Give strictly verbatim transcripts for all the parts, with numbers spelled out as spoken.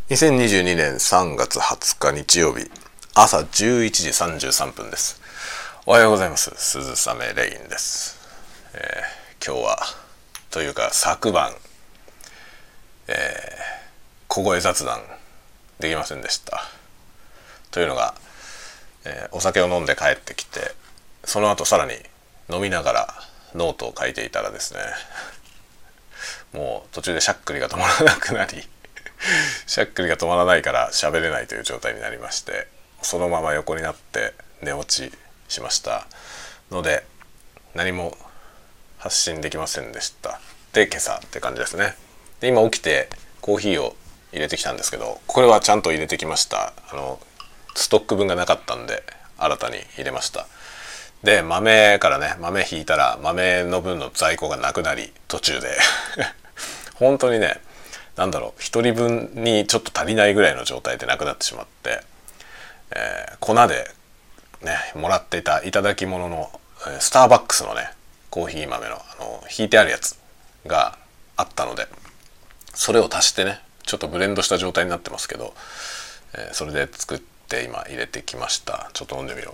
にせんにじゅうにねんさんがつはつか日曜日、朝じゅういちじさんじゅうさんぷんです。おはようございます。鈴雨レインです。えー、今日はというか昨晩、えー、小声雑談できませんでした。というのが、えー、お酒を飲んで帰ってきて、その後さらに飲みながらノートを書いていたらですね、もう途中でしゃっくりが止まらなくなりしゃっくりが止まらないから喋れないという状態になりまして、そのまま横になって寝落ちしましたので、何も発信できませんでした。で、今朝って感じですね。で、今起きてコーヒーを入れてきたんですけど、これはちゃんと入れてきました。あのストック分がなかったんで新たに入れました。で、豆からね、豆ひいたら豆の分の在庫がなくなり、途中で本当にね、なんだろう、一人分にちょっと足りないぐらいの状態でなくなってしまって、えー、粉でねもらっていたいただき物のスターバックスのねコーヒー豆のあのひいてあるやつがあったので、それを足してねちょっとブレンドした状態になってますけど、えー、それで作って今入れてきました。ちょっと飲んでみよ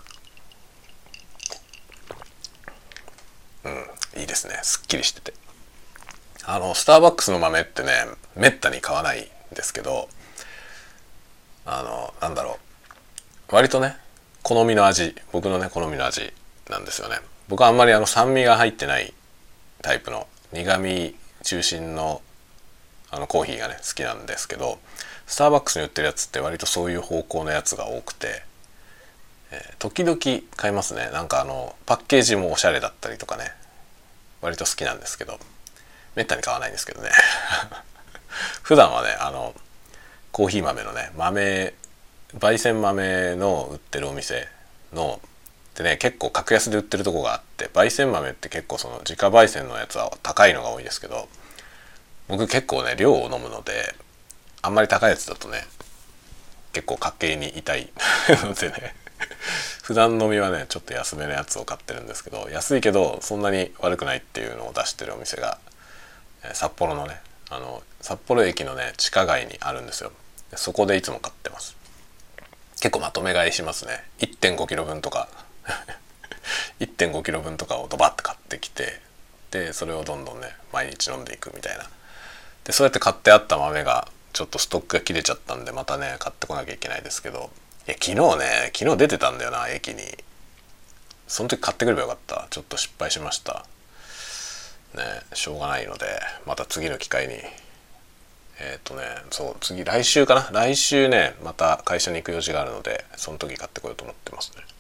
う。うん、いいですね。すっきりしてて、あのスターバックスの豆ってねめったに買わないんですけど、あのなんだろう、割とね好みの味、僕のね好みの味なんですよね。僕はあんまりあの酸味が入ってないタイプの苦味中心のあのコーヒーがね好きなんですけど、スターバックスに売ってるやつって割とそういう方向のやつが多くて、えー、時々買いますね。なんかあのパッケージもおしゃれだったりとかね、割と好きなんですけど、めったに買わないんですけどね普段はねあのコーヒー豆のね豆焙煎豆の売ってるお店のでね、結構格安で売ってるとこがあって、焙煎豆って結構その自家焙煎のやつは高いのが多いですけど、僕結構ね量を飲むので、あんまり高いやつだとね結構家計に痛いのでね普段飲みはねちょっと安めのやつを買ってるんですけど、安いけどそんなに悪くないっていうのを出してるお店が札幌のねあの札幌駅のね地下街にあるんですよ。そこでいつも買ってます。結構まとめ買いしますね。 いってんごキロぶんとかいってんごキロぶんとかをドバッと買ってきて、でそれをどんどんね毎日飲んでいくみたいな。でそうやって買ってあった豆がちょっとストックが切れちゃったんで、またね買ってこなきゃいけないですけど、いや昨日ね昨日出てたんだよな駅に。その時買ってくればよかった。ちょっと失敗しましたね。しょうがないのでまた次の機会に、えっとねそう次来週かな、来週ねまた会社に行く用事があるので、その時買ってこようと思ってますね。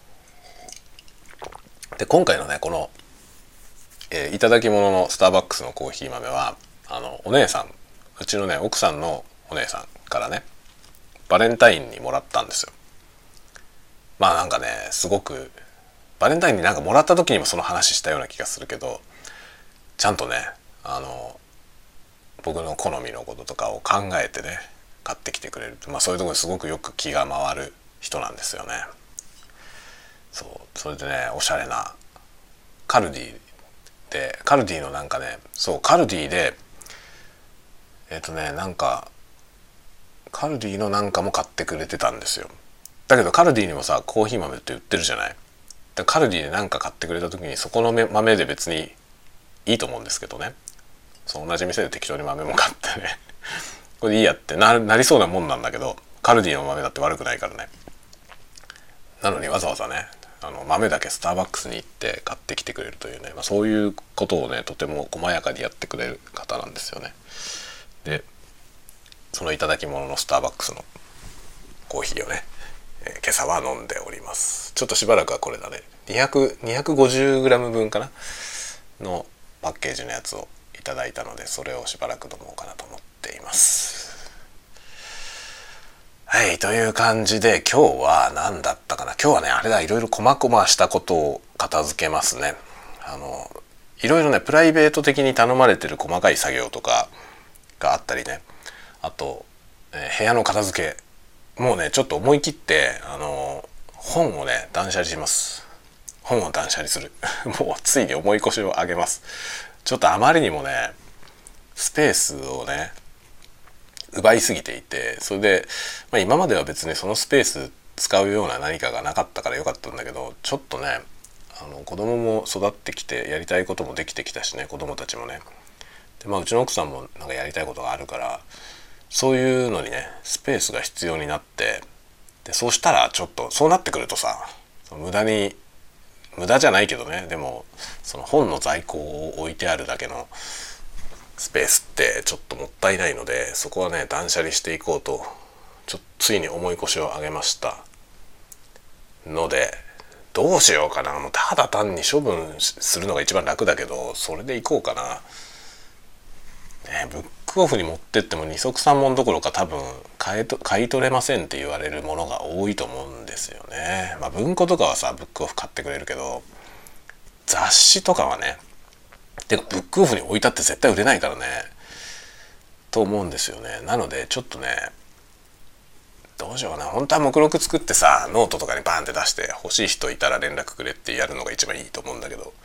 で今回のねこの、えー、いただき物のスターバックスのコーヒー豆は、あのお姉さん、うちのね奥さんのお姉さんからねバレンタインにもらったんですよ。まあなんかねすごくバレンタインになんかもらった時にもその話したような気がするけど、ちゃんとねあの僕の好みのこととかを考えてね買ってきてくれる、まあそういうところにすごくよく気が回る人なんですよね。そうそれでねおしゃれなカルディで、カルディのなんかねそうカルディでえっとねなんかカルディのなんかも買ってくれてたんですよ。だけどカルディにもさコーヒー豆って売ってるじゃない。でカルディでなんか買ってくれた時にそこの豆で別にいいと思うんですけどね、そう同じ店で適当に豆も買ってねこれでいいやって な, なりそうなもんなんだけど、カルディの豆だって悪くないからね。なのにわざわざねあの豆だけスターバックスに行って買ってきてくれるというね、まあ、そういうことをねとても細やかにやってくれる方なんですよね。でそのいただき物のスターバックスのコーヒーをね、えー、今朝は飲んでおります。ちょっとしばらくはこれだね にひゃく、にひゃくごじゅうグラム 分かなのパッケージのやつをいただいたので、それをしばらく飲もうかなと思っています。はい、という感じで今日は何だったかな。今日はねあれだ、いろいろ細々したことを片付けますね。あのいろいろねプライベート的に頼まれてる細かい作業とかがあったりね、あと、えー、部屋の片付け、もうねちょっと思い切ってあの本をね断捨離します。本を断捨離するもうついに重い腰を上げます。ちょっとあまりにもねスペースをね奪奪いすぎていて、それで、まあ、今までは別にそのスペース使うような何かがなかったからよかったんだけど、ちょっとねあの子供も育ってきてやりたいこともできてきたしね、子供たちもね。で、まあ、うちの奥さんもなんかやりたいことがあるから、そういうのにねスペースが必要になって、でそうしたらちょっとそうなってくるとさ、無駄に無駄じゃないけどね、でもその本の在庫を置いてあるだけのスペースってちょっともったいないので、そこはね断捨離していこうとちょっとついに重い腰を上げましたので、どうしようかな。もうただ単に処分するのが一番楽だけど、それでいこうかな、ね。ブックオフに持ってっても二足三門どころか多分買いと買い取れませんって言われるものが多いと思うんですよね。まあ文庫とかはさブックオフ買ってくれるけど、雑誌とかはね、てかブックオフに置いたって絶対売れないからねと思うんですよね。なのでちょっとね、どうしようかな。本当は目録作ってさノートとかにバーンって出して欲しい人いたら連絡くれってやるのが一番いいと思うんだけど、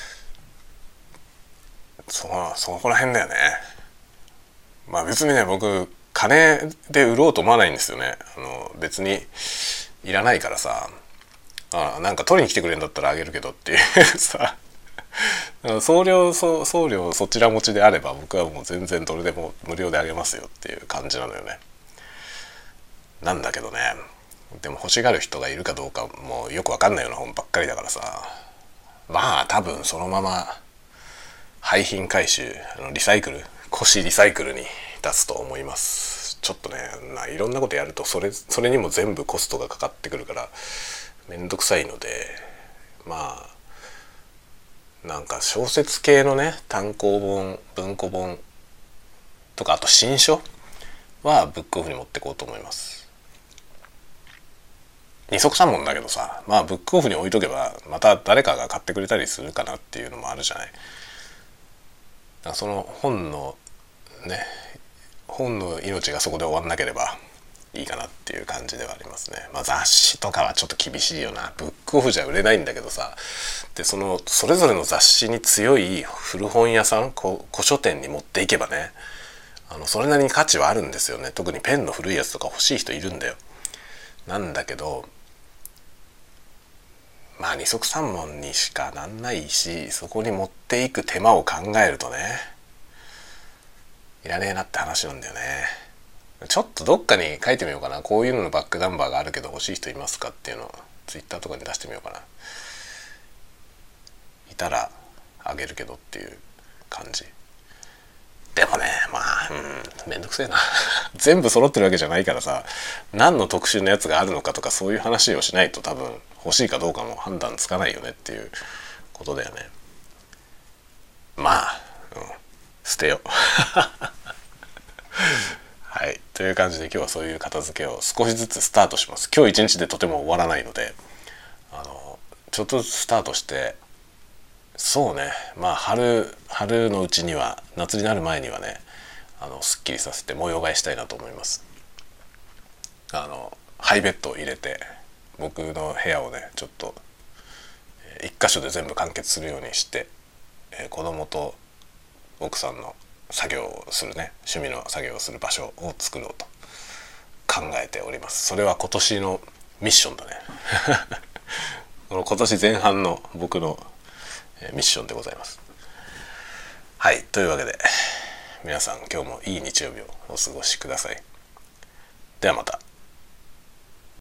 そそこら辺だよね。まあ別にね僕金で売ろうと思わないんですよね。あの別にいらないからさ、あなんか取りに来てくれるんだったらあげるけどっていうさ送料送送料そちら持ちであれば僕はもう全然どれでも無料であげますよっていう感じなのよね。なんだけどね、でも欲しがる人がいるかどうかもうよくわかんないような本ばっかりだからさ、まあ多分そのまま廃品回収、あのリサイクル、腰リサイクルに出すと思います。ちょっとねいろんなことやるとそれそれにも全部コストがかかってくるからめんどくさいので、まあなんか小説系のね単行本文庫本とか、あと新書はブックオフに持ってこうと思います。二足三門だけどさ、まあブックオフに置いとけばまた誰かが買ってくれたりするかなっていうのもあるじゃない。だからその本のね本の命がそこで終わんなければいいかなっていう感じではありますね。まあ雑誌とかはちょっと厳しいよな。ブックオフじゃ売れないんだけどさ、でそのそれぞれの雑誌に強い古本屋さん、古書店に持っていけばね、あのそれなりに価値はあるんですよね。特にペンの古いやつとか欲しい人いるんだよ。なんだけどまあ二足三門にしかなんないし、そこに持っていく手間を考えるとねいらねえなって話なんだよね。ちょっとどっかに書いてみようかな。こういうののバックナンバーがあるけど欲しい人いますかっていうのをツイッターとかに出してみようかな。いたらあげるけどっていう感じ。でもねまあうんめんどくせえな全部揃ってるわけじゃないからさ、何の特殊なやつがあるのかとかそういう話をしないと多分欲しいかどうかも判断つかないよねっていうことだよね。まあ、うん、捨てようはい、という感じで今日はそういう片付けを少しずつスタートします。今日一日でとても終わらないので、あのちょっとずつスタートして、そうね、まあ春春のうちには、夏になる前にはね、あのすっきりさせて模様替えしたいなと思います。あのハイベッドを入れて僕の部屋をねちょっと一箇所で全部完結するようにして、えー、子供と奥さんの作業をするね、趣味の作業をする場所を作ろうと考えております。それは今年のミッションだねこの今年前半の僕のミッションでございます。はい、というわけで皆さん今日もいい日曜日をお過ごしください。ではまた。